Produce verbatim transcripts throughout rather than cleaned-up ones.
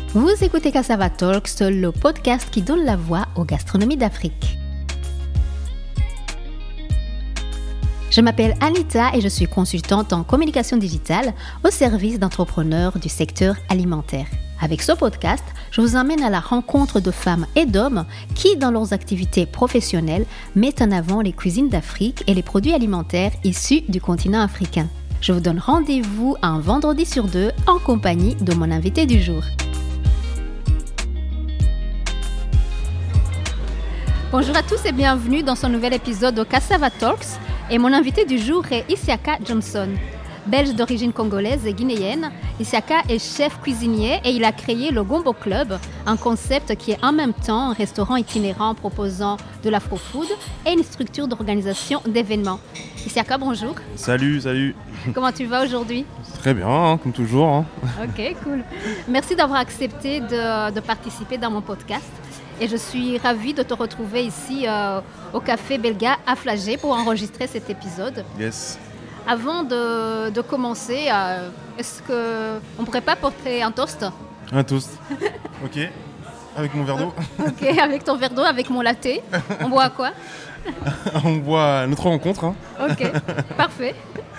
Vous écoutez Cassava Talks, le podcast qui donne la voix aux gastronomies d'Afrique. Je m'appelle Anita et je suis consultante en communication digitale au service d'entrepreneurs du secteur alimentaire. Avec ce podcast, je vous emmène à la rencontre de femmes et d'hommes qui, dans leurs activités professionnelles, mettent en avant les cuisines d'Afrique et les produits alimentaires issus du continent africain. Je vous donne rendez-vous un vendredi sur deux en compagnie de mon invité du jour. Bonjour à tous et bienvenue dans ce nouvel épisode de Cassava Talks. Et mon invité du jour est Isiaka Johnson. Belge d'origine congolaise et guinéenne, Isiaka est chef cuisinier et il a créé le Gombo Club, un concept qui est en même temps un restaurant itinérant proposant de l'afro-food et une structure d'organisation d'événements. Isiaka, bonjour. Salut, salut. Comment tu vas aujourd'hui ? Très bien, hein, comme toujours. Hein. Ok, cool. Merci d'avoir accepté de, de participer dans mon podcast. Et je suis ravie de te retrouver ici euh, au Café Belga à Flagey pour enregistrer cet épisode. Yes. Avant de, de commencer, euh, est-ce qu'on ne pourrait pas porter un toast ? Un toast. Ok. Avec mon verre d'eau. Ok, avec ton verre d'eau, avec mon latte. On boit quoi ? On boit notre rencontre. Hein. Ok, parfait.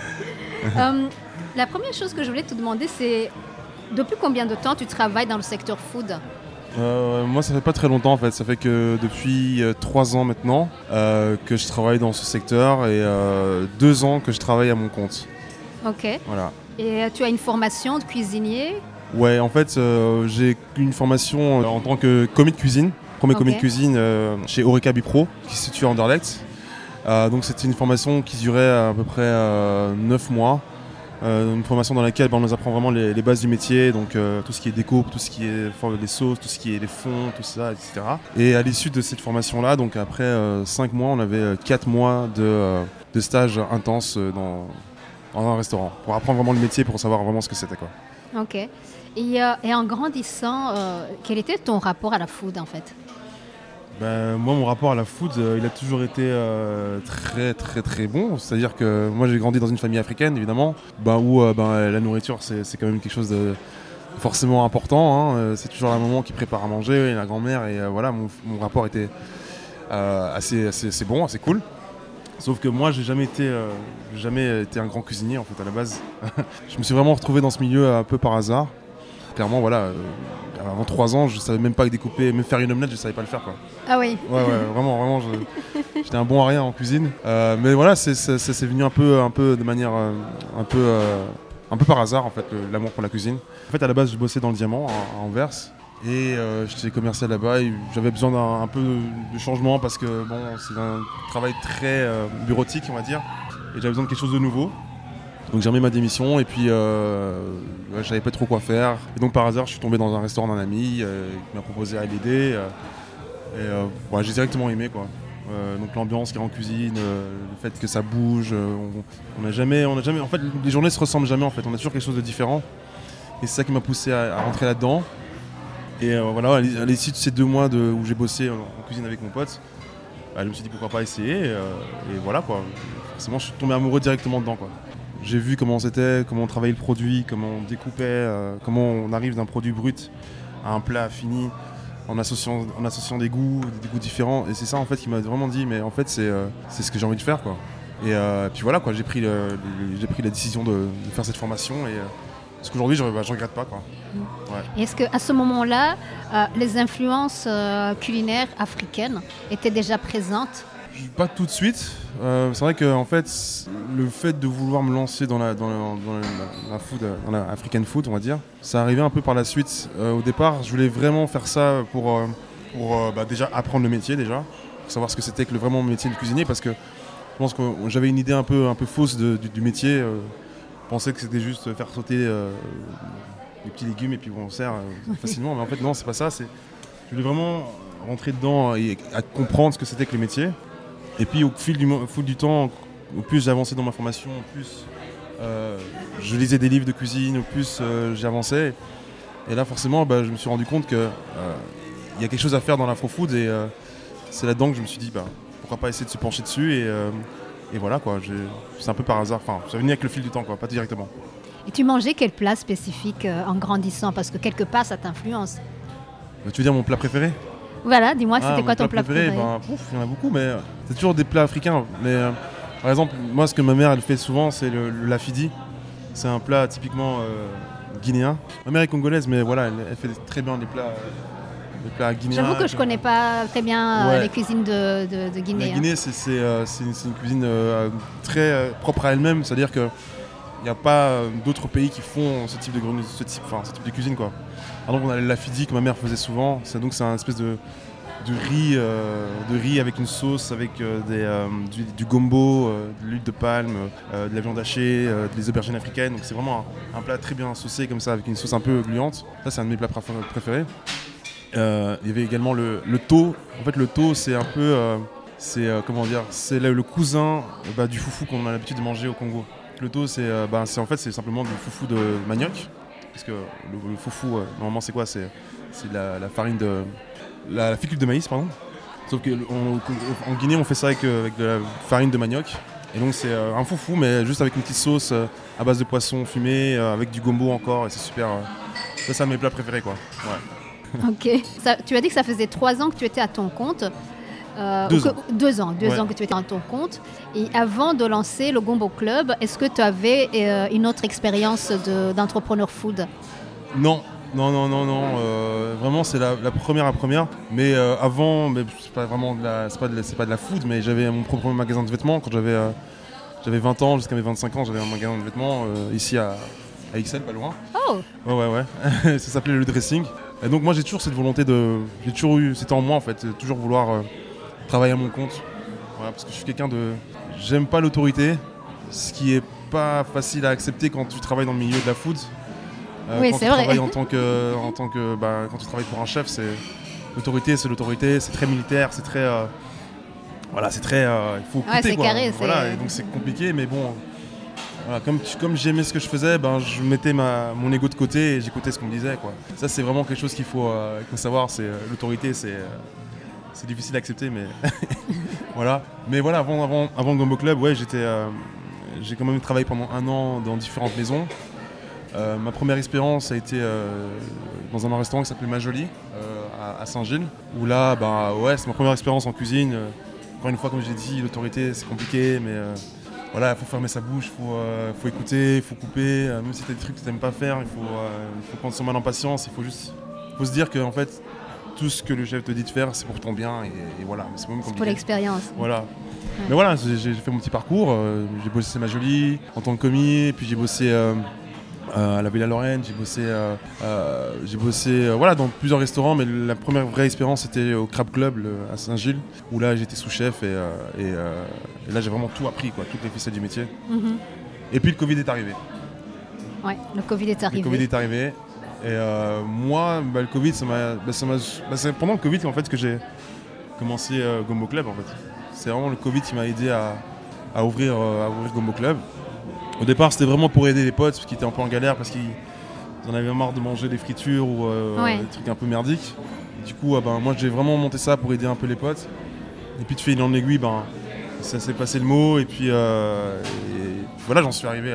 euh, la première chose que je voulais te demander, c'est depuis combien de temps tu travailles dans le secteur food ? Euh, moi, ça fait pas très longtemps en fait. Ça fait que depuis euh, trois ans maintenant euh, que je travaille dans ce secteur et euh, deux ans que je travaille à mon compte. Ok. Voilà. Et tu as une formation de cuisinier ? Ouais, en fait, euh, j'ai une formation en tant que commis de cuisine, premier Okay. commis de cuisine euh, chez Horeca Bipro, qui se situe à Anderlecht. Euh, donc, c'était une formation qui durait à peu près euh, neuf mois. Euh, une formation dans laquelle ben, on nous apprend vraiment les, les bases du métier, donc euh, tout ce qui est découpe, tout ce qui est les sauces, tout ce qui est les fonds, tout ça, et cetera. Et à l'issue de cette formation-là, donc après euh, cinq mois, on avait quatre mois de, euh, de stage intense dans, dans un restaurant, pour apprendre vraiment le métier, pour savoir vraiment ce que c'était, quoi. Ok. Et, euh, et en grandissant, euh, quel était ton rapport à la food en fait ? Ben, moi, mon rapport à la food, euh, il a toujours été euh, très très très bon. C'est-à-dire que moi, j'ai grandi dans une famille africaine, évidemment, ben, où euh, ben, la nourriture, c'est, c'est quand même quelque chose de forcément important. Hein. C'est toujours la maman qui prépare à manger, et la grand-mère, et euh, voilà, mon, mon rapport était euh, assez, assez, assez bon, assez cool. Sauf que moi, j'ai jamais été, euh, jamais été un grand cuisinier, en fait, à la base. Je me suis vraiment retrouvé dans ce milieu un peu par hasard. Clairement, voilà, euh, avant trois ans, je savais même pas découper, même faire une omelette, je savais pas le faire, quoi. Ah oui. Ouais, ouais, vraiment, vraiment, je, j'étais un bon à rien en cuisine. Euh, mais voilà, c'est, c'est, c'est venu un peu, un peu de manière, euh, un peu, euh, un peu par hasard, en fait, le, l'amour pour la cuisine. En fait, à la base, je bossais dans le diamant, à, à Anvers, et euh, j'étais commercial là-bas. Et j'avais besoin d'un un peu de changement parce que bon, c'est un travail très euh, bureautique, on va dire, et j'avais besoin de quelque chose de nouveau. Donc j'ai remis ma démission et puis euh, ouais, je savais pas trop quoi faire. Et donc par hasard, je suis tombé dans un restaurant d'un ami euh, qui m'a proposé à l'aider. Euh, et euh, ouais, j'ai directement aimé, quoi. Euh, donc l'ambiance qu'il y a en cuisine, euh, le fait que ça bouge, euh, on n'a jamais, on a jamais. En fait, les journées se ressemblent jamais. En fait, on a toujours quelque chose de différent. Et c'est ça qui m'a poussé à, à rentrer là-dedans. Et euh, voilà, à l'issue de ces deux mois de, où j'ai bossé en, en cuisine avec mon pote, bah, je me suis dit pourquoi pas essayer. Et, euh, et voilà, quoi. Forcément, je suis tombé amoureux directement dedans, quoi. J'ai vu comment c'était, comment on travaillait le produit, comment on découpait, euh, comment on arrive d'un produit brut à un plat fini en associant, en associant des goûts, des goûts différents. Et c'est ça en fait qui m'a vraiment dit, mais en fait c'est, euh, c'est ce que j'ai envie de faire, quoi. Et euh, puis voilà, quoi, j'ai pris, le, le, j'ai pris la décision de, de faire cette formation et euh, parce qu'aujourd'hui je, bah, je regrette pas, quoi. Ouais. Est-ce qu'à ce moment-là, euh, les influences euh, culinaires africaines étaient déjà présentes ? Pas tout de suite. Euh, c'est vrai que en fait, le fait de vouloir me lancer dans la, dans la, dans la, la food, dans la African food, on va dire, ça arrivait un peu par la suite. Euh, au départ, je voulais vraiment faire ça pour, euh, pour euh, bah, déjà apprendre le métier, déjà, pour savoir ce que c'était que le vraiment métier de cuisinier, parce que je pense que j'avais une idée un peu, un peu fausse de, du, du métier. Euh, je pensais que c'était juste faire sauter euh, les petits légumes et puis on sert euh, facilement, mais en fait non, c'est pas ça. C'est, je voulais vraiment rentrer dedans et à comprendre ce que c'était que le métier. Et puis au fil du, au fil du temps, au plus j'avançais dans ma formation, au plus euh, je lisais des livres de cuisine, au plus euh, j'avançais. Et là forcément, bah, je me suis rendu compte qu'il euh, y a quelque chose à faire dans l'afro-food. Et euh, c'est là-dedans que je me suis dit, bah, pourquoi pas essayer de se pencher dessus. Et, euh, et voilà, quoi, j'ai, c'est un peu par hasard. Enfin, ça venu avec le fil du temps, quoi, pas directement. Et tu mangeais quel plat spécifique euh, en grandissant? Parce que quelque part, ça t'influence. Bah, tu veux dire mon plat préféré? Voilà, dis-moi, Ah, c'était mon quoi ton plat préféré, ben, pouf, il y en a beaucoup, mais euh, c'est toujours des plats africains. Mais euh, par exemple, moi, ce que ma mère elle fait souvent, c'est le, le lafidi. C'est un plat typiquement euh, guinéen. Ma mère est congolaise, mais voilà, elle, elle fait très bien les plats, euh, les plats guinéens. J'avoue que je connais pas très bien euh, Ouais. les cuisines de, de, de Guinée. La hein. Guinée, c'est, c'est, euh, c'est une, c'est une cuisine euh, très euh, propre à elle-même, c'est-à-dire qu'il n'y a pas euh, d'autres pays qui font ce type de, grenu- ce type, enfin, ce type de cuisine, quoi. Par exemple, on a le lafidi que ma mère faisait souvent. C'est, donc c'est un espèce de, de riz, euh, de riz avec une sauce, avec euh, des, euh, du, du gombo, euh, de l'huile de palme, euh, de la viande hachée, euh, des aubergines africaines. Donc c'est vraiment un, un plat très bien saucé comme ça, avec une sauce un peu gluante. Ça, c'est un de mes plats préf- préférés. Euh, il y avait également le, le tho. En fait, le tho, c'est un peu, euh, c'est euh, comment dire, c'est le, le cousin bah, du foufou qu'on a l'habitude de manger au Congo. Le tho, c'est, euh, bah, c'est en fait, c'est simplement du foufou de manioc, parce que le, le foufou, euh, normalement, c'est quoi? C'est, c'est la, la farine de, la, la fécule de maïs, pardon. Sauf qu'en Guinée, on fait ça avec, euh, avec de la farine de manioc. Et donc c'est euh, un foufou, mais juste avec une petite sauce euh, à base de poisson fumé, euh, avec du gombo encore, et c'est super. Euh, ça, c'est un de mes plats préférés, quoi. Ouais. Ok. Ça, tu as dit que ça faisait trois ans que tu étais à ton compte. Euh, Deux ou que- ans. Deux ans, deux Ouais. ans que tu étais à ton compte. Et avant de lancer le Gombo Club, est-ce que tu avais euh, une autre expérience de- d'entrepreneur food? Non, non, non, non, non. euh, vraiment, c'est la, la première à première. Mais euh, avant, mais c'est pas vraiment de la, c'est pas de la, c'est pas de la food, mais j'avais mon propre magasin de vêtements quand j'avais, euh, j'avais vingt ans jusqu'à mes vingt-cinq ans. J'avais un magasin de vêtements euh, ici à, à Ixelles, pas loin. Oh, Ouais, ouais, ouais. Ça s'appelait le dressing. Et donc moi, j'ai toujours cette volonté de, j'ai toujours eu, c'était en moi en fait, de toujours vouloir euh, travailler à mon compte. Voilà, parce que je suis quelqu'un de, j'aime pas l'autorité, ce qui est pas facile à accepter quand tu travailles dans le milieu de la food. Euh, Oui, quand c'est tu vrai. travailles en tant que, en tant que, bah, quand tu travailles pour un chef, c'est l'autorité, c'est l'autorité, c'est très militaire, c'est très, euh, voilà, c'est très, euh, il faut Ouais, écouter c'est quoi. carré, Voilà, c'est- et donc c'est compliqué, mais bon, voilà, comme, tu- comme j'aimais ce que je faisais, ben je mettais ma, mon ego de côté et j'écoutais ce qu'on me disait quoi. Ça c'est vraiment quelque chose qu'il faut, euh, qu'il faut savoir, c'est euh, l'autorité, c'est, euh, c'est difficile à accepter, mais voilà. Mais voilà, avant, avant, avant le Gombo Club, ouais, j'étais, euh, j'ai quand même travaillé pendant un an dans différentes maisons. Euh, ma première expérience a été euh, dans un restaurant qui s'appelait Majoli euh, à, à Saint-Gilles, où là, bah, ouais, c'est ma première expérience en cuisine. Euh, encore une fois, comme j'ai dit, l'autorité c'est compliqué, mais euh, voilà, il faut fermer sa bouche, il faut, euh, faut écouter, il faut couper. Euh, même si tu as des trucs que tu n'aimes pas faire, il faut, euh, il faut prendre son mal en patience, il faut juste faut se dire que en fait, tout ce que le chef te dit de faire, c'est pour ton bien, et, et voilà, c'est même c'est pour compliqué. l'expérience. Voilà. Mais voilà, j'ai j'ai fait mon petit parcours. euh, j'ai bossé chez Majoli en tant que commis, puis j'ai bossé euh, euh, à la Villa Lorraine, j'ai bossé, euh, euh, j'ai bossé euh, voilà, dans plusieurs restaurants, mais la première vraie expérience c'était au Crab Club le- à Saint-Gilles, où là j'étais sous-chef et, euh, et, euh, et là j'ai vraiment tout appris, quoi, toutes les ficelles du métier. Mhm. Et puis le Covid est arrivé. Ouais, le Covid est Le arrivé. Covid est arrivé. Et euh, moi, bah, le Covid, ça m'a, bah, ça m'a- bah, c'est pendant le Covid en fait que j'ai commencé euh, Gombo Club en fait. C'est vraiment le Covid qui m'a aidé à, à ouvrir, euh, à ouvrir Gombo Club. Au départ, c'était vraiment pour aider les potes qui étaient un peu en galère parce qu'ils en avaient marre de manger des fritures ou euh, Ouais. des trucs un peu merdiques. Du coup, euh, ben, moi, j'ai vraiment monté ça pour aider un peu les potes. Et puis, de fil en aiguille, ben, ça s'est passé le mot. Et puis, euh, et voilà, j'en suis arrivé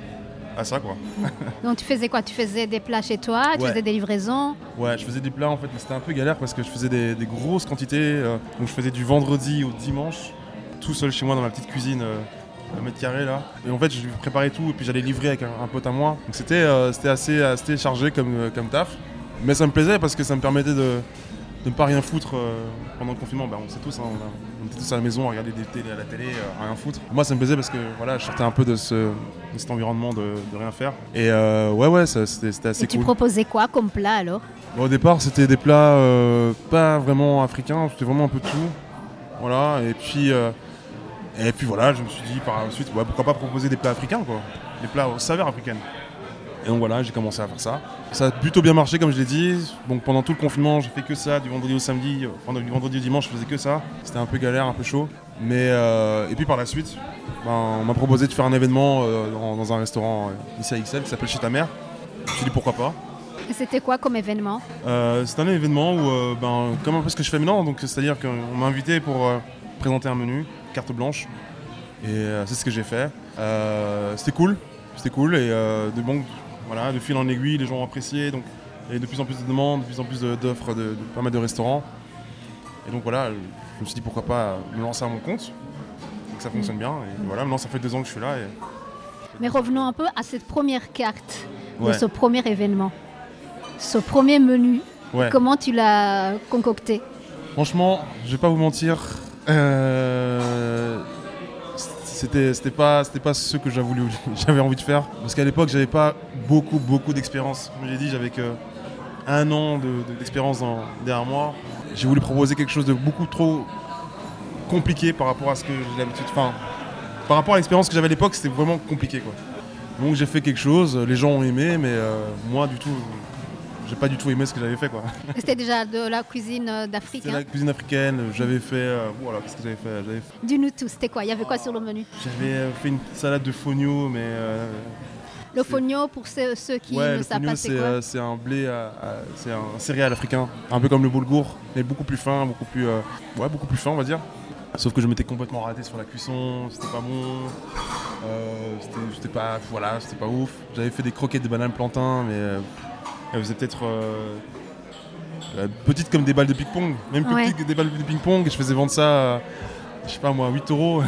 à, à ça, quoi. Donc tu faisais quoi? Tu faisais des plats chez toi, tu Ouais. faisais des livraisons. Ouais, je faisais des plats en fait, mais c'était un peu galère parce que je faisais des, des grosses quantités. euh, donc je faisais du vendredi au dimanche, tout seul chez moi dans ma petite cuisine, euh, un mètre carré là. Et en fait, je préparais tout et puis j'allais livrer avec un, un pote à moi. Donc c'était euh, c'était assez, assez chargé comme, euh, comme taf. Mais ça me plaisait parce que ça me permettait de de ne pas rien foutre euh, pendant le confinement. Bah, on sait tous, hein, on, a- on était tous à la maison à regarder des télés à la télé, euh, à rien foutre. Moi, ça me plaisait parce que voilà, je sortais un peu de, ce, de cet environnement de, de rien faire. Et euh, ouais, ouais, ça, c'était c'était assez Et tu cool. proposais quoi comme plat alors? Bon, au départ, c'était des plats euh, pas vraiment africains, c'était vraiment un peu de tout. Voilà, et puis, euh, et puis voilà, je me suis dit par la suite, ouais, pourquoi pas proposer des plats africains, quoi. Des plats aux saveurs africaines. Et donc voilà, j'ai commencé à faire ça. Ça a plutôt bien marché, comme je l'ai dit. Donc pendant tout le confinement, j'ai fait que ça, du vendredi au samedi. Enfin, du vendredi au dimanche, je faisais que ça. C'était un peu galère, un peu chaud. Mais euh, et puis par la suite, ben, on m'a proposé de faire un événement euh, dans, dans un restaurant euh, ici à Ixelles qui s'appelle Chez ta mère. Je me suis dit pourquoi pas. Et c'était quoi comme événement? Euh, c'est un événement où, euh, ben, comme un peu ce que je fais maintenant, donc c'est-à-dire qu'on m'a invité pour euh, présenter un menu, carte blanche, et euh, c'est ce que j'ai fait. Euh, c'était cool, c'était cool. Et euh, de, bon, voilà, de fil en aiguille, les gens ont apprécié. Donc il y avait de plus en plus de demandes, de plus en plus d'offres de, de pas mal de restaurants. Et donc voilà, je me suis dit pourquoi pas me lancer à mon compte. Donc ça fonctionne bien. Et voilà, maintenant ça fait deux ans que je suis là. Et... Mais revenons un peu à cette première carte, ouais. de ce premier événement, ce premier menu. Ouais. Comment tu l'as concocté? Franchement, je vais pas vous mentir, euh, c'était, c'était, pas, c'était pas ce que j'avais, voulu, j'avais envie de faire. Parce qu'à l'époque, j'avais pas beaucoup, beaucoup d'expérience. Comme j'ai dit, j'avais que un an de, de, d'expérience dans, derrière moi. J'ai voulu proposer quelque chose de beaucoup trop compliqué par rapport à ce que j'ai l'habitude. Enfin, par rapport à l'expérience que j'avais à l'époque, c'était vraiment compliqué, quoi. Donc j'ai fait quelque chose, les gens ont aimé, mais euh, moi, du tout... J'ai pas du tout aimé ce que j'avais fait, quoi. C'était déjà de la cuisine d'Afrique. C'était hein. La cuisine africaine. J'avais fait. Euh, voilà, qu'est-ce que j'avais fait, j'avais fait... Dis-nous tout. C'était quoi? Il y avait quoi sur le menu? J'avais fait une salade de fonio, mais. Euh, le fonio, pour ceux, ceux qui ouais, ne savent pas, c'est, c'est quoi? Euh, c'est un blé, à, à, c'est un céréal africain, un peu comme le boulgour, mais beaucoup plus fin, beaucoup plus, euh, ouais, beaucoup plus fin, on va dire. Sauf que je m'étais complètement raté sur la cuisson, c'était pas bon, euh, c'était, c'était pas, voilà, c'était pas ouf. J'avais fait des croquettes de banane plantain, mais. Euh, Elle faisait peut-être euh, euh, petite comme des balles de ping-pong, même plus ouais. petite que des balles de ping-pong. Je faisais vendre ça, euh, je sais pas moi, huit euros,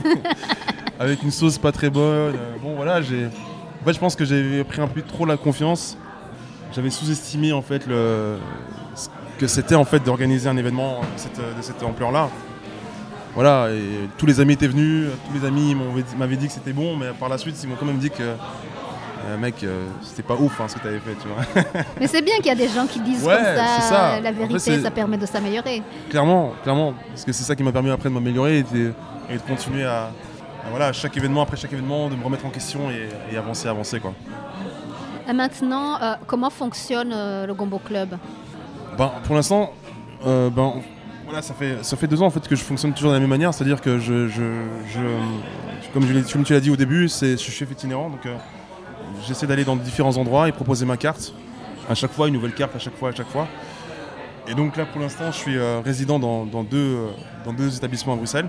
avec une sauce pas très bonne. Euh, bon voilà, j'ai... En fait, je pense que j'avais pris un peu trop la confiance. J'avais sous-estimé en fait le... ce que c'était en fait d'organiser un événement de cette, de cette ampleur-là. Voilà, et tous les amis étaient venus, tous les amis m'avaient dit que c'était bon, mais par la suite, ils m'ont quand même dit que Euh, mec, euh, c'était pas ouf hein, ce que t'avais fait, tu vois. Mais c'est bien qu'il y a des gens qui disent ouais, comme ça, ça. La vérité, en fait, ça permet de s'améliorer. Clairement, clairement, parce que c'est ça qui m'a permis après de m'améliorer et de, et de continuer à, à, voilà, chaque événement, après chaque événement, de me remettre en question et, et avancer, avancer, quoi. Et maintenant, euh, comment fonctionne euh, le Gombo Club? Ben, pour l'instant, euh, ben, voilà, ça fait, ça fait deux ans en fait, que je fonctionne toujours de la même manière, c'est-à-dire que je, je, je, comme, je comme tu l'as dit au début, c'est, je suis chef itinérant, donc euh, j'essaie d'aller dans différents endroits et proposer ma carte. À chaque fois, une nouvelle carte, à chaque fois, à chaque fois. Et donc là, pour l'instant, je suis euh, résident dans, dans, deux, euh, dans deux établissements à Bruxelles.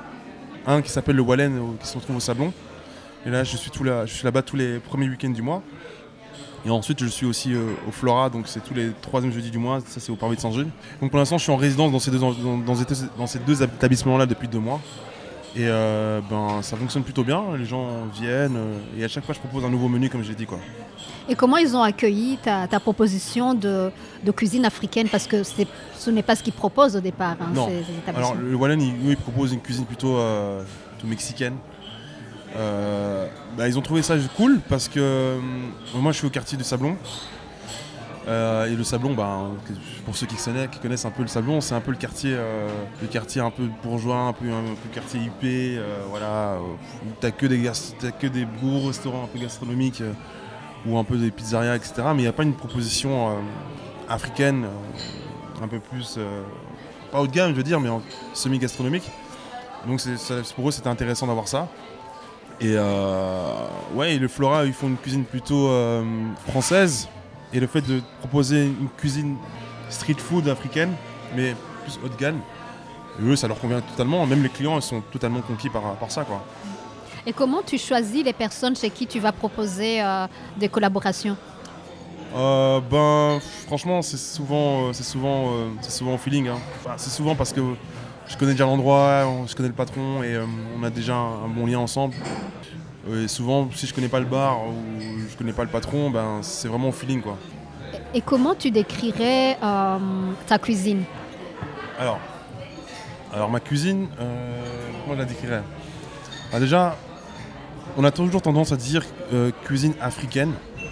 Un qui s'appelle le Wallen, euh, qui se trouve au Sablon. Et là, je suis, tout là, je suis là-bas tous les premiers week-ends du mois. Et ensuite, je suis aussi euh, au Flora, donc c'est tous les troisièmes jeudis du mois. Ça, c'est au Parvis de Saint-Gilles. Donc pour l'instant, je suis en résidence dans ces deux, dans, dans, dans ces deux établissements-là depuis deux mois. Et euh, ben, ça fonctionne plutôt bien, les gens viennent euh, et à chaque fois je propose un nouveau menu comme je l'ai dit, quoi. Et comment ils ont accueilli ta, ta proposition de, de cuisine africaine? Parce que c'est, ce n'est pas ce qu'ils proposent au départ, hein, non. Ces, ces établissements. Alors le Wallen, il, il propose une cuisine plutôt, euh, plutôt mexicaine. Euh, bah, ils ont trouvé ça cool parce que euh, moi je suis au quartier du Sablon. Euh, et le Sablon, bah, pour ceux qui connaissent, qui connaissent un peu le Sablon, c'est un peu le quartier, euh, le quartier un peu bourgeois, un peu, un peu quartier hippé, euh, voilà, où t'as que des t'as que des beaux restaurants un peu gastronomiques euh, ou un peu des pizzerias, et cetera. Mais il n'y a pas une proposition euh, africaine, euh, un peu plus, euh, pas haut de gamme, je veux dire, mais semi-gastronomique. Donc c'est, ça, pour eux, c'était intéressant d'avoir ça. Et euh, ouais, et le Flora, ils font une cuisine plutôt euh, française. Et le fait de proposer une cuisine street food africaine, mais plus haut de gamme, eux, ça leur convient totalement. Même les clients, ils sont totalement conquis par, par ça, quoi. Et comment tu choisis les personnes chez qui tu vas proposer euh, des collaborations? euh, Ben, franchement, c'est souvent, c'est souvent, euh, c'est souvent au feeling. Hein. Enfin, c'est souvent parce que je connais déjà l'endroit, je connais le patron et euh, on a déjà un, un bon lien ensemble. Et souvent, si je connais pas le bar ou je connais pas le patron, ben, c'est vraiment au feeling, quoi. Et comment tu décrirais euh, ta cuisine? Alors, alors ma cuisine, euh, comment je la décrirais? Alors déjà, on a toujours tendance à dire euh, cuisine africaine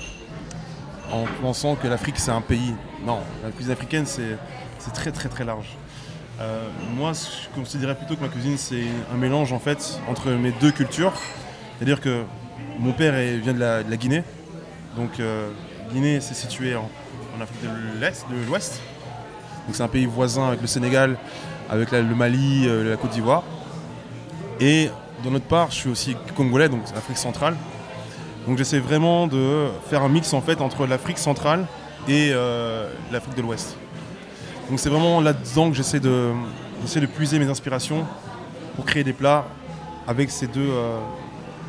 en pensant que l'Afrique c'est un pays. Non, la cuisine africaine c'est, c'est très très très large. Euh, moi, je considérais plutôt que ma cuisine c'est un mélange en fait entre mes deux cultures. C'est-à-dire que mon père est, vient de la, de la Guinée, donc euh, Guinée c'est situé en, en Afrique de l'Est, de l'Ouest, donc c'est un pays voisin avec le Sénégal, avec la, le Mali, euh, la Côte d'Ivoire, et de notre part je suis aussi congolais, donc Afrique centrale, donc j'essaie vraiment de faire un mix en fait entre l'Afrique centrale et euh, l'Afrique de l'Ouest. Donc c'est vraiment là-dedans que j'essaie de, j'essaie de puiser mes inspirations pour créer des plats avec ces deux... Euh,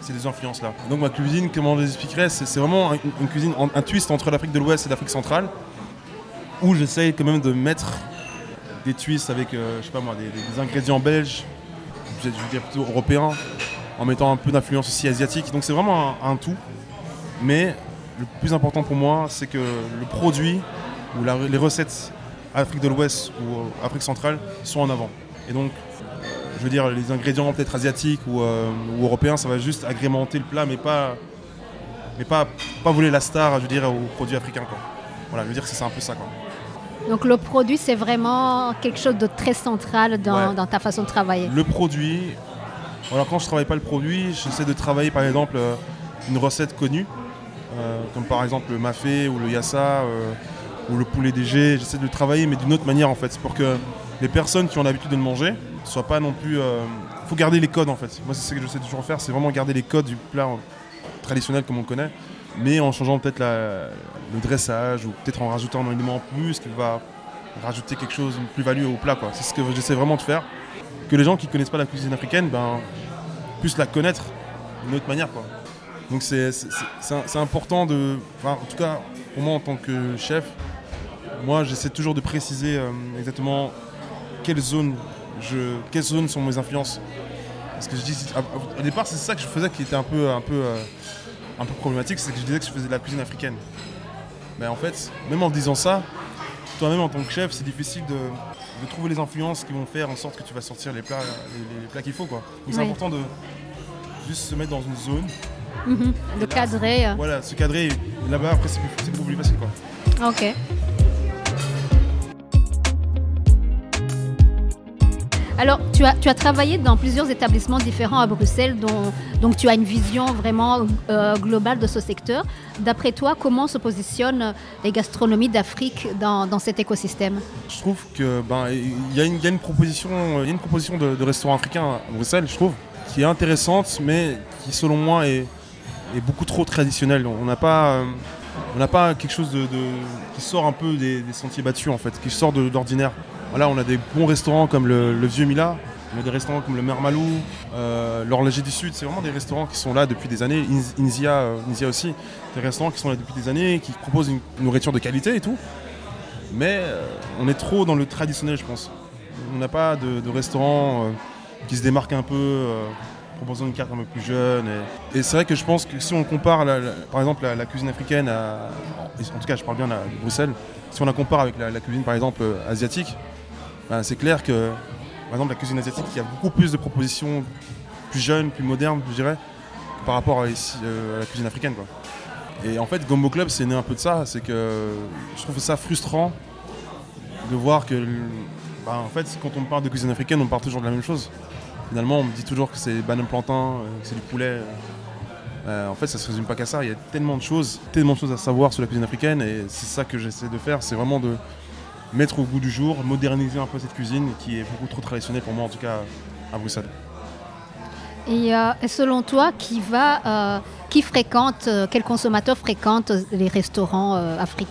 ces deux influences-là. Donc ma cuisine, comment je les expliquerais, c'est, c'est vraiment un, une cuisine, un twist entre l'Afrique de l'Ouest et l'Afrique centrale, où j'essaye quand même de mettre des twists avec, euh, je sais pas moi, des, des ingrédients belges, je veux dire plutôt européens, en mettant un peu d'influence aussi asiatique. Donc c'est vraiment un, un tout. Mais le plus important pour moi, c'est que le produit ou la, les recettes Afrique de l'Ouest ou Afrique centrale sont en avant. Et donc, je veux dire, les ingrédients peut-être asiatiques ou, euh, ou européens, ça va juste agrémenter le plat, mais pas, mais pas, pas voler la star, je veux dire, aux produits africains, quoi. Voilà, je veux dire, c'est un peu ça, quoi. Donc le produit, c'est vraiment quelque chose de très central dans, Ouais. dans ta façon de travailler. Le produit, alors quand je ne travaille pas le produit, j'essaie de travailler par exemple euh, une recette connue, euh, comme par exemple le mafé ou le yassa euh, ou le poulet D G. J'essaie de le travailler, mais d'une autre manière en fait, pour que les personnes qui ont l'habitude de le manger ne soient pas non plus. Il euh, faut garder les codes en fait. Moi, c'est ce que j'essaie toujours de faire, c'est vraiment garder les codes du plat euh, traditionnel comme on le connaît, mais en changeant peut-être la, le dressage ou peut-être en rajoutant un élément en plus qui va rajouter quelque chose, une plus-value au plat, quoi. C'est ce que j'essaie vraiment de faire. Que les gens qui ne connaissent pas la cuisine africaine ben, puissent la connaître d'une autre manière, quoi. Donc c'est, c'est, c'est, c'est important de... Enfin, en tout cas, pour moi en tant que chef, moi j'essaie toujours de préciser euh, exactement quelles zones, je, quelles zones sont mes influences. Parce que je dis, au départ c'est ça que je faisais qui était un peu, un peu, euh, un peu problématique, c'est que je disais que je faisais de la cuisine africaine. Mais en fait, même en disant ça, toi-même en tant que chef, c'est difficile de, de trouver les influences qui vont faire en sorte que tu vas sortir les plats, les, les plats qu'il faut, quoi. Donc c'est Oui. important de juste se mettre dans une zone. Mhm. De cadrer. euh. Voilà, se cadrer. Et là-bas, après, c'est, plus, c'est beaucoup plus facile, quoi. Ok. Alors, tu as, tu as travaillé dans plusieurs établissements différents à Bruxelles, dont, donc tu as une vision vraiment euh, globale de ce secteur. D'après toi, comment se positionnent les gastronomies d'Afrique dans, dans cet écosystème ? Je trouve que ben il y, y a une proposition, il y a une proposition de, de restaurant africain à Bruxelles, je trouve, qui est intéressante, mais qui, selon moi, est, est beaucoup trop traditionnelle. On n'a pas, euh, on n'a pas quelque chose de, de, qui sort un peu des, des sentiers battus, en fait, qui sort de, de l'ordinaire. Voilà, on a des bons restaurants comme le, le Vieux Mila, on a des restaurants comme le Mermalou, euh, l'Horloger du Sud. C'est vraiment des restaurants qui sont là depuis des années. In- Inzia, euh, Inzia aussi, des restaurants qui sont là depuis des années, qui proposent une, une nourriture de qualité et tout. Mais euh, on est trop dans le traditionnel, je pense. On n'a pas de, de restaurant euh, qui se démarque un peu, euh, proposant une carte un peu plus jeune. Et, et c'est vrai que je pense que si on compare, la, la, par exemple, la, la cuisine africaine, à, en tout cas, je parle bien de Bruxelles, si on la compare avec la, la cuisine, par exemple, euh, asiatique, ben, c'est clair que, par exemple, la cuisine asiatique, il y a beaucoup plus de propositions plus jeunes, plus modernes, je dirais, par rapport à, ici, euh, à la cuisine africaine, quoi. Et en fait, Gombo Club, c'est né un peu de ça. C'est que je trouve ça frustrant de voir que, bah, en fait, quand on parle de cuisine africaine, on parle toujours de la même chose. Finalement, on me dit toujours que c'est banane plantain, que c'est du poulet. Euh, en fait, ça se résume pas qu'à ça. Il y a tellement de choses, tellement de choses à savoir sur la cuisine africaine, et c'est ça que j'essaie de faire. C'est vraiment de mettre au goût du jour, moderniser un peu cette cuisine qui est beaucoup trop traditionnelle pour moi, en tout cas à Bruxelles. Et euh, selon toi, qui va, euh, qui fréquente, euh, quel consommateur fréquente les restaurants euh, africains ?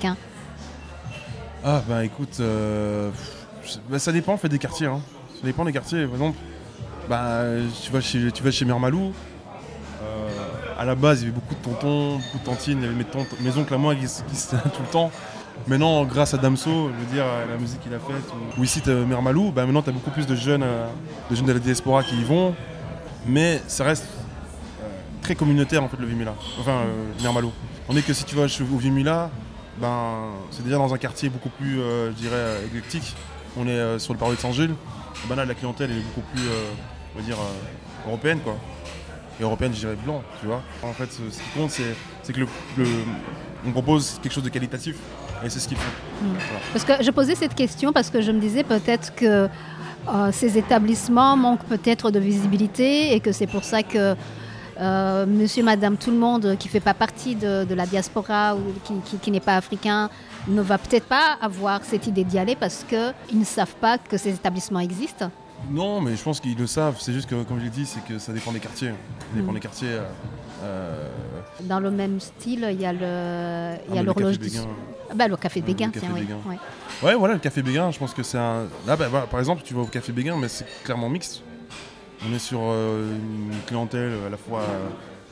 Ah bah écoute, euh, bah, ça dépend en fait des quartiers. Hein. Ça dépend des quartiers. Par exemple, bah, tu vas chez, tu vas chez Mermalou. Euh, à la base, il y avait beaucoup de tontons, beaucoup de tantines. Il y avait mes, tont- mes oncles à moi qui, qui étaient là tout le temps. Maintenant, grâce à Damso, je veux dire, la musique qu'il a faite, ou, ou ici t'as Mermalou, bah, maintenant tu as beaucoup plus de jeunes, euh, de jeunes de la diaspora qui y vont. Mais ça reste euh, très communautaire en fait le Vimila, enfin euh, Mermalou. On est que si tu vas chez- au Vimila, ben, c'est déjà dans un quartier beaucoup plus, euh, je dirais, euh, éclectique. On est euh, sur le parvis de Saint-Gilles. Ben là, la clientèle elle est beaucoup plus, euh, on va dire, euh, européenne, quoi. Et européenne, je dirais blanc, tu vois. En fait, ce, ce qui compte, c'est, c'est que le, le- on propose quelque chose de qualitatif, et c'est ce qu'il faut. Mm. Voilà. Parce que je posais cette question parce que je me disais peut-être que euh, ces établissements manquent peut-être de visibilité et que c'est pour ça que euh, monsieur, madame, tout le monde qui ne fait pas partie de, de la diaspora ou qui, qui, qui n'est pas africain ne va peut-être pas avoir cette idée d'y aller parce qu'ils ne savent pas que ces établissements existent. Non, mais je pense qu'ils le savent. C'est juste que, comme je l'ai dit, c'est que ça dépend des quartiers. Ça dépend Mm. des quartiers. euh, euh, Dans le même style, il y a, le, il y ah, a mais le l'horloge Café du... Béguin. Ah bah, le café Ouais, Béguin, le Café tiens, oui. Béguin. Ouais. Ouais, voilà, le Café Béguin, je pense que c'est un... Là, bah, bah, par exemple, tu vas au Café Béguin, mais c'est clairement mixte. On est sur euh, une clientèle à la fois euh,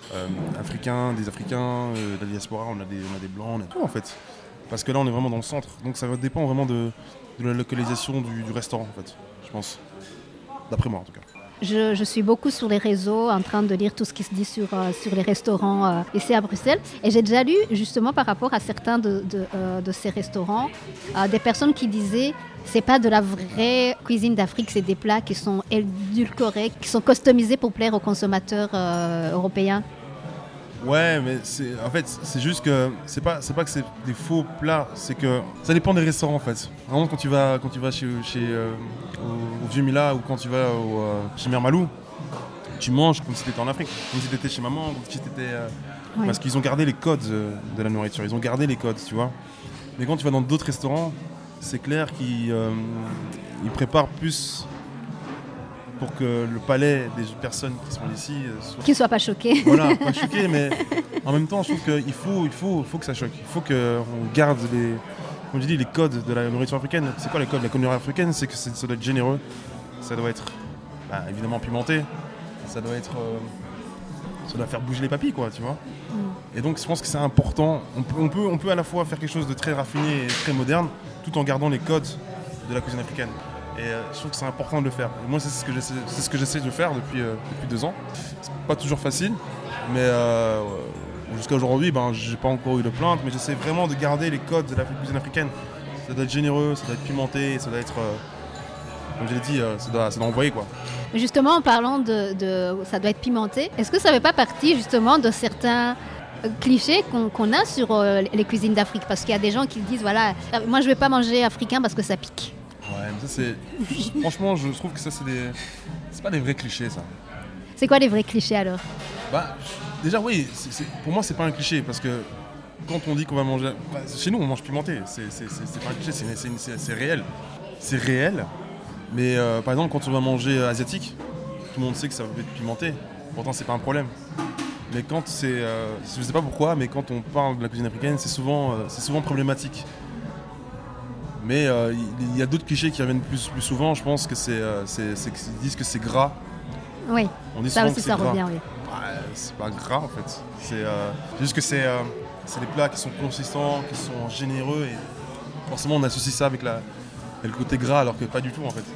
euh, africains, des Africains, euh, de la diaspora, on a, des, on a des Blancs, on a tout en fait. Parce que là, on est vraiment dans le centre. Donc ça dépend vraiment de, de la localisation du, du restaurant, en fait, je pense. D'après moi, en tout cas. Je, je suis beaucoup sur les réseaux en train de lire tout ce qui se dit sur, euh, sur les restaurants euh, ici à Bruxelles. Et j'ai déjà lu justement par rapport à certains de, de, euh, de ces restaurants, euh, des personnes qui disaient c'est pas de la vraie cuisine d'Afrique, c'est des plats qui sont édulcorés, qui sont customisés pour plaire aux consommateurs euh, européens. Ouais, mais c'est, en fait, c'est juste que c'est pas, c'est pas que c'est des faux plats, c'est que ça dépend des restaurants en fait. Vraiment, quand tu vas, quand tu vas chez, chez euh, au, au Vieux Mila ou quand tu vas au, euh, chez Mère Malou, tu manges comme si tu étais en Afrique, comme si tu étais chez maman, comme si tu étais. Euh, ouais. Parce qu'ils ont gardé les codes euh, de la nourriture, ils ont gardé les codes, tu vois. Mais quand tu vas dans d'autres restaurants, c'est clair qu'ils euh, ils préparent plus pour que le palais des personnes qui sont ici soit... Qu'ils ne soient pas choqués. Voilà, pas choqués, mais en même temps, je trouve qu'il faut, il faut, il faut que ça choque. Il faut qu'on garde les, comme je dis, les codes de la nourriture africaine. C'est quoi les codes de la nourriture africaine? C'est que ça doit être généreux, ça doit être bah, évidemment pimenté, ça doit être, euh, ça doit faire bouger les papilles, quoi, tu vois. Mm. Et donc, je pense que c'est important. On peut, on peut, on peut à la fois faire quelque chose de très raffiné et très moderne, tout en gardant les codes de la cuisine africaine. Et euh, je trouve que c'est important de le faire. Et moi, c'est ce que j'essaie, c'est ce que j'essaie de faire depuis, euh, depuis deux ans. C'est pas toujours facile, mais euh, jusqu'à aujourd'hui, ben, j'ai pas encore eu de plainte, mais j'essaie vraiment de garder les codes de la cuisine africaine. Ça doit être généreux, ça doit être pimenté, ça doit être, euh, comme je l'ai dit, euh, ça, doit, ça doit envoyer, quoi. Justement, en parlant de, de ça doit être pimenté, est-ce que ça ne fait pas partie justement de certains clichés qu'on, qu'on a sur euh, les cuisines d'Afrique? Parce qu'il y a des gens qui disent, voilà, moi je vais pas manger africain parce que ça pique. Ouais, mais ça c'est. Franchement, je trouve que ça c'est des. C'est pas des vrais clichés, ça. C'est quoi les vrais clichés alors? Bah, déjà oui, c'est, c'est... pour moi c'est pas un cliché parce que quand on dit qu'on va manger. Bah, chez nous on mange pimenté, c'est, c'est, c'est, c'est pas un cliché, c'est, c'est, c'est, c'est réel. C'est réel, mais euh, par exemple quand on va manger asiatique, tout le monde sait que ça va être pimenté, pourtant c'est pas un problème. Mais quand c'est. Euh... Je sais pas pourquoi, mais quand on parle de la cuisine africaine, c'est souvent, euh, c'est souvent problématique. Mais il euh, y, y a d'autres clichés qui reviennent plus, plus souvent. Je pense que c'est, euh, c'est, c'est qu'ils disent que c'est gras. Oui, on dit ça aussi que ça gras. revient, oui. Bah, c'est pas gras en fait. C'est euh, juste que c'est, euh, c'est des plats qui sont consistants, qui sont généreux et forcément on associe ça avec, la, avec le côté gras alors que pas du tout en fait.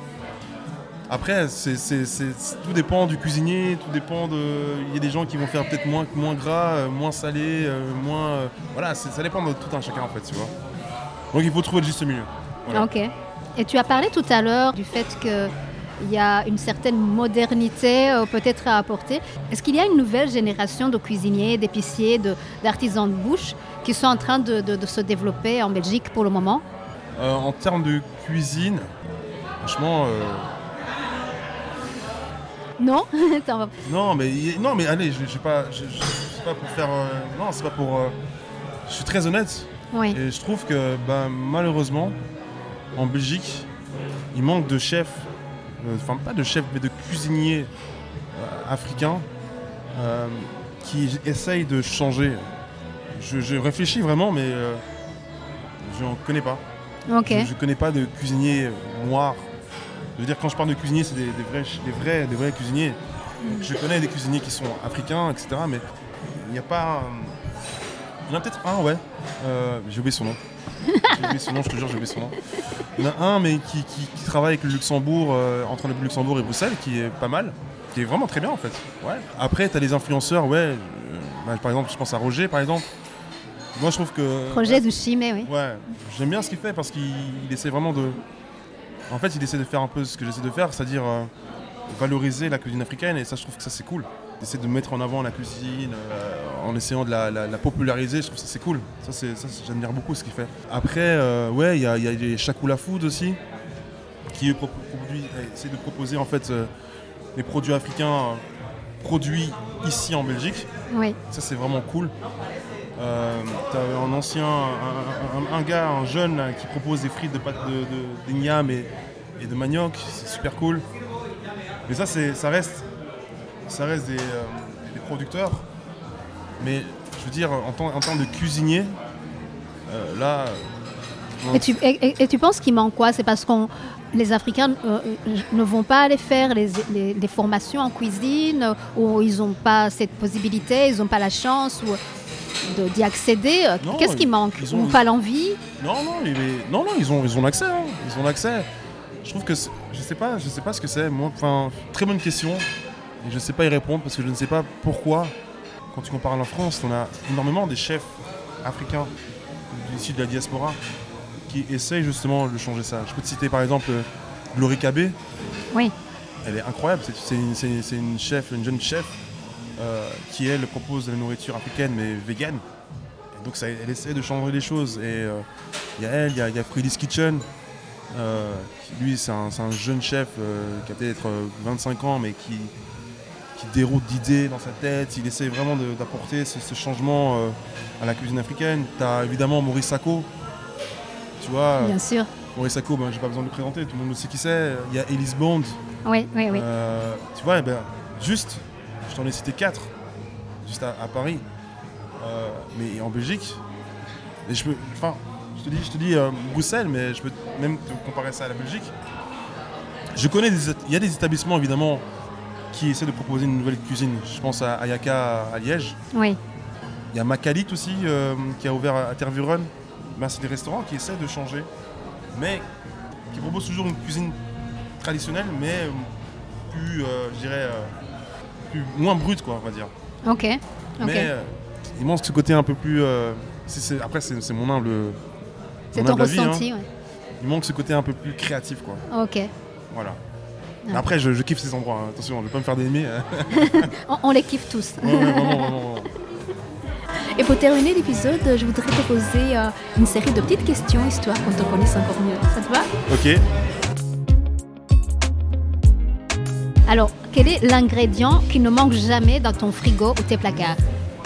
Après, c'est, c'est, c'est, c'est, tout dépend du cuisinier, tout dépend de... Il y a des gens qui vont faire peut-être moins, moins gras, euh, moins salé, euh, moins... Euh, voilà, c'est, ça dépend de tout un chacun en fait, tu vois. Donc il faut trouver le juste milieu. Voilà. Ok. Et tu as parlé tout à l'heure du fait qu'il y a une certaine modernité euh, peut-être à apporter. Est-ce qu'il y a une nouvelle génération de cuisiniers, d'épiciers, de, d'artisans de bouche qui sont en train de, de, de se développer en Belgique pour le moment? euh, En termes de cuisine, franchement... Euh... Non. Non, mais non, mais allez, je, je, pas, je, je c'est pas pour faire. Euh, non, c'est pas pour. Euh, je suis très honnête. Oui. Et je trouve que, bah, malheureusement, en Belgique, il manque de chefs. Enfin, euh, pas de chefs, mais de cuisiniers euh, africains euh, qui essayent de changer. Je, je réfléchis vraiment, mais euh, je n'en connais pas. Ok. Je, je connais pas de cuisiniers noirs. Je veux dire, quand je parle de cuisiniers, c'est des, des, vrais, des, vrais, des vrais cuisiniers. Mm. Je connais des cuisiniers qui sont africains, et cetera. Mais il n'y a pas... Il y en a peut-être un, ouais. Euh, j'ai oublié son nom. J'ai oublié son nom, je te jure, j'ai oublié son nom. Il y en a un, mais qui, qui, qui travaille avec le Luxembourg, euh, entre le Luxembourg et Bruxelles, qui est pas mal. Qui est vraiment très bien, en fait. Ouais. Après, tu as les influenceurs, ouais. Euh, bah, par exemple, je pense à Roger, par exemple. Moi, je trouve que... Roger Duchimé, oui. Ouais. J'aime bien ce qu'il fait parce qu'il il essaie vraiment de... En fait, il essaie de faire un peu ce que j'essaie de faire, c'est-à-dire euh, valoriser la cuisine africaine, et ça, je trouve que ça, c'est cool. D'essayer de mettre en avant la cuisine, euh, en essayant de la, la, la populariser, je trouve que ça, c'est cool. Ça, c'est, ça j'admire beaucoup ce qu'il fait. Après, euh, ouais, il y a, y a les Shakula Food aussi, qui eux, essaient de proposer en fait euh, des produits africains euh, produits ici en Belgique. Oui. Ça, c'est vraiment cool. Euh, t'as un ancien, un, un, un gars, un jeune là, qui propose des frites de pâte de, de, d'igname et, et de manioc, c'est super cool. Mais ça, c'est, ça reste, ça reste des, euh, des producteurs. Mais je veux dire, en tant, en tant de cuisinier, euh, là, Et tu, et, et tu penses qu'il manque quoi? C'est parce que les Africains euh, ne vont pas aller faire les, les, les formations en cuisine, ou ils n'ont pas cette possibilité, ils n'ont pas la chance ou de, d'y accéder. Non, qu'est-ce qui manque? Ils n'ont pas l'envie? Non, non, il est... non, non, ils ont, ils ont l'accès. Hein. Ils ont l'accès. Je trouve que je sais pas, je sais pas ce que c'est. Moi, enfin, très bonne question. Et je ne sais pas y répondre parce que je ne sais pas pourquoi. Quand tu compares à la France, on a énormément des chefs africains issus de la diaspora qui essayent justement de changer ça. Je peux te citer par exemple Glory Kabé. Oui. Elle est incroyable. C'est, c'est, une, c'est, c'est une chef, une jeune chef euh, qui elle propose de la nourriture africaine mais végane. Et donc ça, elle essaie de changer les choses. Et il euh, y a elle, il y a, y a Freddy's Kitchen. Euh, lui, c'est un, c'est un jeune chef euh, qui a peut-être vingt-cinq ans, mais qui, qui déroute d'idées dans sa tête. Il essaie vraiment de, d'apporter ce, ce changement euh, à la cuisine africaine. Tu as évidemment Maurice Sacco. Tu vois, bien sûr. Maurice Sacco, ben, j'ai pas besoin de le présenter, tout le monde sait qui c'est. Il y a Elise Bond. Oui, oui, oui. Euh, tu vois, ben, juste, je t'en ai cité quatre, juste à, à Paris. Euh, mais en Belgique, et je peux, enfin, je te dis, je te dis euh, Bruxelles, mais je peux même te comparer ça à la Belgique. Je connais, des, il y a des établissements évidemment qui essaient de proposer une nouvelle cuisine. Je pense à Ayaka à Liège. Oui. Il y a Macalit aussi euh, qui a ouvert à Tervuren. Ben, c'est des restaurants qui essaient de changer, mais qui proposent toujours une cuisine traditionnelle, mais plus, euh, je dirais, euh, plus, moins brute, quoi, on va dire. Ok. okay. Mais euh, il manque ce côté un peu plus. Euh, c'est, c'est, après, c'est, c'est mon humble. C'est mon ton humble ressenti, avis, hein. Ouais. Il manque ce côté un peu plus créatif, quoi. Ok. Voilà. Ah. Après, je, je kiffe ces endroits. Hein. Attention, je ne vais pas me faire d'ennemis. on, on les kiffe tous. Ouais, ouais, vraiment, vraiment, vraiment. Et pour terminer l'épisode, je voudrais te poser euh, une série de petites questions, histoire qu'on te connaisse encore mieux. Ça te va? Ok. Alors, quel est l'ingrédient qui ne manque jamais dans ton frigo ou tes placards?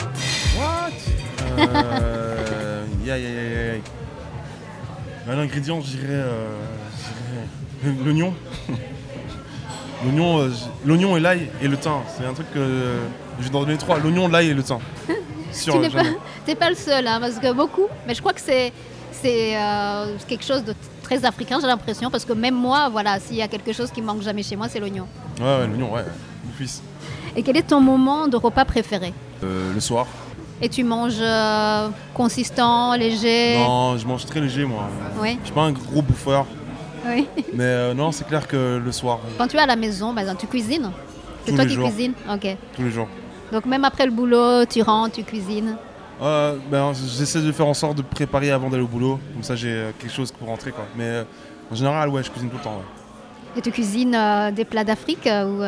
What euh, yeah, yeah, yeah, yeah. Ben, l'ingrédient, je dirais, euh, je dirais l'oignon. L'oignon, euh, l'oignon et l'ail et le thym. C'est un truc que euh, je vais t'en donner trois. L'oignon, l'ail et le thym. Sur, tu n'es pas, t'es pas le seul, hein, parce que beaucoup, mais je crois que c'est, c'est euh, quelque chose de très africain, j'ai l'impression, parce que même moi, voilà, s'il y a quelque chose qui manque jamais chez moi, c'est l'oignon. Ouais, ouais l'oignon, ouais, mon fils. Et quel est ton moment de repas préféré? euh, Le soir. Et tu manges euh, consistant, léger? Non, je mange très léger, moi. Oui. Je suis pas un gros bouffeur. Oui. Mais euh, non, c'est clair que le soir. Quand tu es à la maison, par exemple, tu cuisines? C'est Tous toi les qui jours. cuisines? Ok. Tous les jours. Donc même après le boulot, tu rentres, tu cuisines? Euh, ben, j'essaie de faire en sorte de préparer avant d'aller au boulot. Comme ça, j'ai quelque chose pour rentrer, quoi. Mais euh, en général, ouais, je cuisine tout le temps. Ouais. Et tu cuisines euh, des plats d'Afrique euh, ou...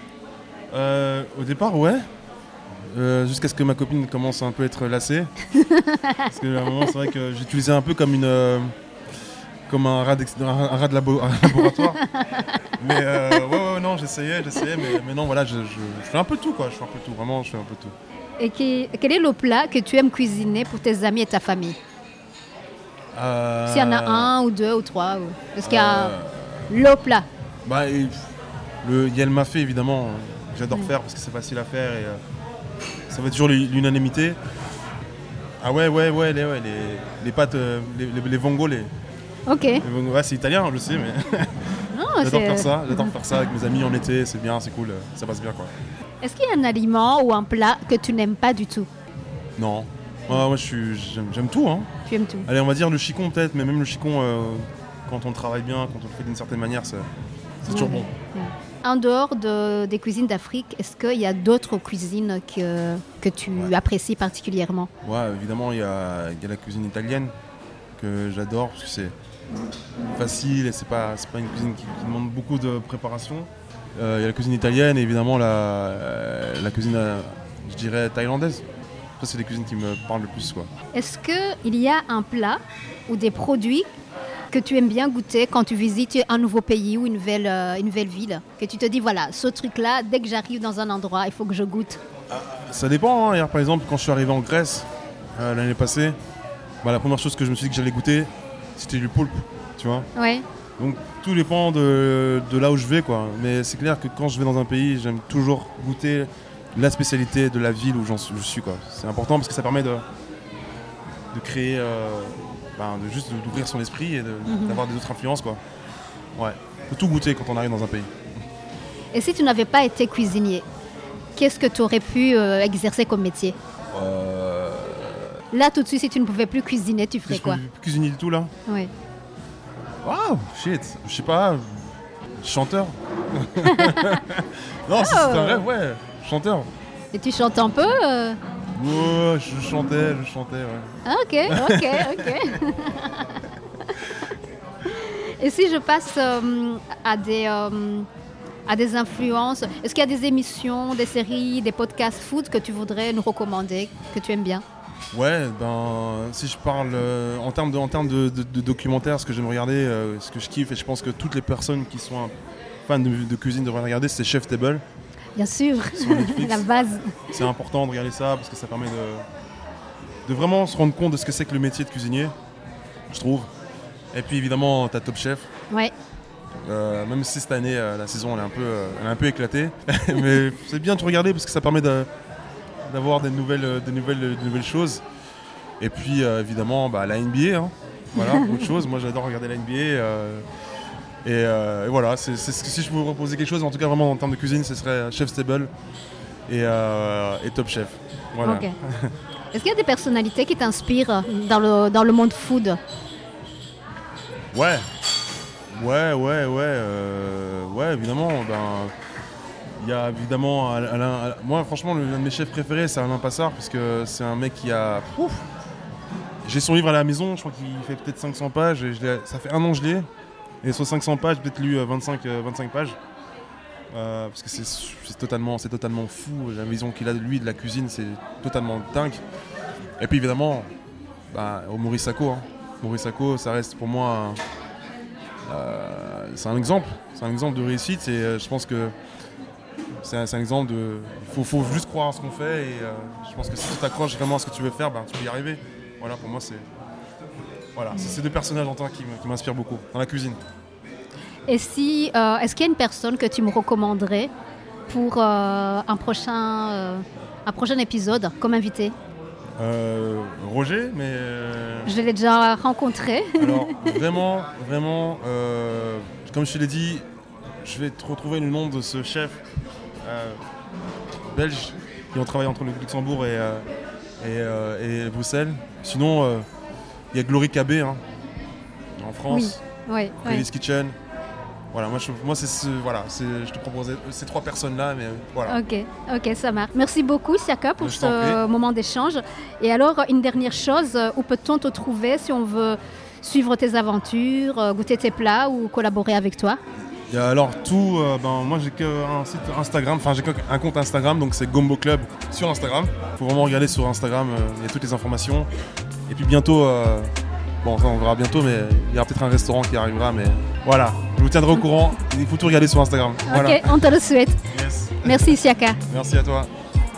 euh, Au départ, ouais. Euh, jusqu'à ce que ma copine commence à un peu être lassée. Parce qu'à un moment, c'est vrai que j'utilisais un peu comme une... Euh, comme un rat, un, un rat de labo, un laboratoire. Mais euh, ouais, ouais, non, j'essayais, j'essayais. Mais, mais non, voilà, je, je, je fais un peu tout, quoi. Je fais un peu tout, vraiment, je fais un peu tout. Et qui, quel est le plat que tu aimes cuisiner pour tes amis et ta famille? euh, S'il y en a un ou deux ou trois ou... Est-ce qu'il y a euh, le plat? Bah, il y a le mafé, évidemment. J'adore mmh. faire parce que c'est facile à faire et euh, ça va toujours l'unanimité. Ah ouais, ouais, ouais, les, ouais, les, les pâtes, euh, les, les, les vongole. Ok. Les vongole, ouais, c'est italien, je sais, mais non, j'adore c'est... faire ça. J'adore faire ça avec mes amis en été, c'est bien, c'est cool, ça passe bien, quoi. Est-ce qu'il y a un aliment ou un plat que tu n'aimes pas du tout? Non. Moi, moi je suis, j'aime, j'aime tout. Hein. Tu aimes tout? Allez, on va dire le chicon peut-être, mais même le chicon, euh, quand on le travaille bien, quand on le fait d'une certaine manière, c'est, c'est toujours bon. Ouais. En dehors de, des cuisines d'Afrique, est-ce qu'il y a d'autres cuisines que, que tu ouais. apprécies particulièrement? Ouais, évidemment, il y a, il y a la cuisine italienne que j'adore parce que c'est facile et c'est pas, c'est pas une cuisine qui, qui demande beaucoup de préparation. Euh, il y a la cuisine italienne et évidemment la, euh, la cuisine, euh, je dirais, thaïlandaise. Ça, c'est les cuisines qui me parlent le plus, quoi. Est-ce qu'il y a un plat ou des produits que tu aimes bien goûter quand tu visites un nouveau pays ou une nouvelle, euh, une nouvelle ville? Que tu te dis, voilà, ce truc-là, dès que j'arrive dans un endroit, il faut que je goûte. Euh, ça dépend. Hein. Hier, par exemple, quand je suis arrivé en Grèce, euh, l'année passée, bah, la première chose que je me suis dit que j'allais goûter, c'était du poulpe, tu vois. Ouais. Donc tout dépend de, de là où je vais, quoi. Mais c'est clair que quand je vais dans un pays, j'aime toujours goûter la spécialité de la ville où j'en, je suis, quoi. C'est important parce que ça permet de, de créer, euh, ben, de juste d'ouvrir son esprit et de, mm-hmm. d'avoir des autres influences, quoi. Ouais, de tout goûter quand on arrive dans un pays. Et si tu n'avais pas été cuisinier, qu'est-ce que tu aurais pu euh, exercer comme métier? euh... Là, tout de suite, si tu ne pouvais plus cuisiner, tu ferais si quoi? Je peux plus cuisiner du tout, là? Oui. Waouh, shit, je sais pas, chanteur. Non, oh. c'est un rêve, ouais, chanteur. Et tu chantes un peu euh... Ouais, je chantais, je chantais, ouais. Ah, ok, ok, ok. Et si je passe euh, à, des, euh, à des influences, est-ce qu'il y a des émissions, des séries, des podcasts food que tu voudrais nous recommander, que tu aimes bien? Ouais, ben, si je parle euh, en termes de, en termes de, de, de documentaires, ce que j'aime regarder, euh, ce que je kiffe, et je pense que toutes les personnes qui sont fans de, de cuisine devraient regarder, c'est Chef Table. Bien sûr, la base. C'est important de regarder ça parce que ça permet de, de vraiment se rendre compte de ce que c'est que le métier de cuisinier, je trouve. Et puis évidemment, t'as Top Chef. Ouais. Euh, même si cette année, euh, la saison elle est un peu, euh, elle est un peu éclatée. Mais c'est bien de regarder parce que ça permet de, d'avoir des nouvelles, des, nouvelles, des nouvelles choses. Et puis euh, évidemment, bah, la N B A. Hein. Voilà, autre chose. Moi j'adore regarder la N B A. Euh, et, euh, et voilà, c'est, c'est, si je pouvais vous proposer quelque chose, en tout cas vraiment en termes de cuisine, ce serait Chef's Table et, euh, et Top Chef. Voilà. Okay. Est-ce qu'il y a des personnalités qui t'inspirent dans le, dans le monde food? Ouais, ouais, ouais, ouais, euh, ouais, évidemment. Ben, il y a évidemment Alain, Alain, moi, franchement, l'un de mes chefs préférés, c'est Alain Passard, parce que c'est un mec qui a. Ouf, j'ai son livre à la maison, je crois qu'il fait peut-être cinq cents pages. Et je l'ai, ça fait un an que je l'ai. Et sur cinq cents pages, j'ai peut-être lu vingt-cinq, vingt-cinq pages. Euh, parce que c'est, c'est, totalement, c'est totalement fou. La vision qu'il a de lui, de la cuisine, c'est totalement dingue. Et puis évidemment, bah, Maurice Sacco. Hein. Maurice Sacco, ça reste pour moi, euh, c'est un exemple, c'est un exemple de réussite et euh, je pense que c'est un, c'est un exemple de, il faut, faut juste croire en ce qu'on fait et euh, je pense que si tu t'accroches vraiment à ce que tu veux faire, ben, tu peux y arriver. Voilà, pour moi c'est, voilà, c'est ces deux personnages en tant qui, qui m'inspirent beaucoup dans la cuisine. Et si, euh, est-ce qu'il y a une personne que tu me recommanderais pour euh, un prochain, euh, un prochain épisode comme invité? Euh, Roger, mais... Euh... Je l'ai déjà rencontré. Alors, vraiment, vraiment, euh, comme je te l'ai dit, je vais te retrouver le nom de ce chef euh, belge qui ont travaillé entre le Luxembourg et, euh, et, euh, et Bruxelles. Sinon, il euh, y a Glory K B hein, en France, oui, oui, Kelly's oui. Kitchen. Voilà, moi, je, moi c'est, ce, voilà, c'est, je te proposais ces trois personnes-là, mais voilà. Ok, ok, ça marche. Merci beaucoup, Isiaka, pour ce moment d'échange. Et alors, une dernière chose, où peut-on te trouver si on veut suivre tes aventures, goûter tes plats ou collaborer avec toi? Il y a alors tout, euh, ben, moi j'ai qu'un site Instagram, enfin j'ai qu'un compte Instagram, donc c'est Gombo Club sur Instagram. Il faut vraiment regarder sur Instagram, il euh, y a toutes les informations. Et puis bientôt, euh, bon ça on verra bientôt, mais il y aura peut-être un restaurant qui arrivera, mais voilà. Je vous tiendrai au courant, il faut tout regarder sur Instagram. Voilà. Ok, on te le souhaite. Yes. Merci Isiaka. Merci à toi.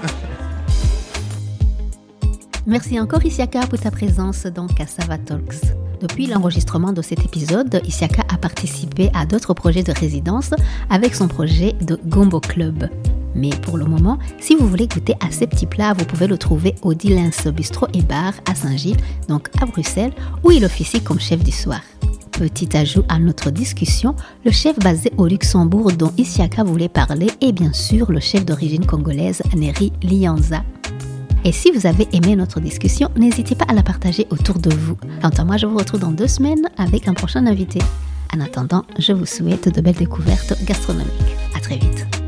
Merci encore Isiaka pour ta présence dans Cassava Talks. Depuis l'enregistrement de cet épisode, Isiaka a participé à d'autres projets de résidence avec son projet de Gombo Club. Mais pour le moment, si vous voulez goûter à ces petits plats, vous pouvez le trouver au Dylan's Bistro et Bar à Saint-Gilles, donc à Bruxelles, où il officie comme chef du soir. Petit ajout à notre discussion, le chef basé au Luxembourg dont Isiaka voulait parler est bien sûr le chef d'origine congolaise Neri Lianza. Et si vous avez aimé notre discussion, n'hésitez pas à la partager autour de vous. Quant à moi, je vous retrouve dans deux semaines avec un prochain invité. En attendant, je vous souhaite de belles découvertes gastronomiques. À très vite.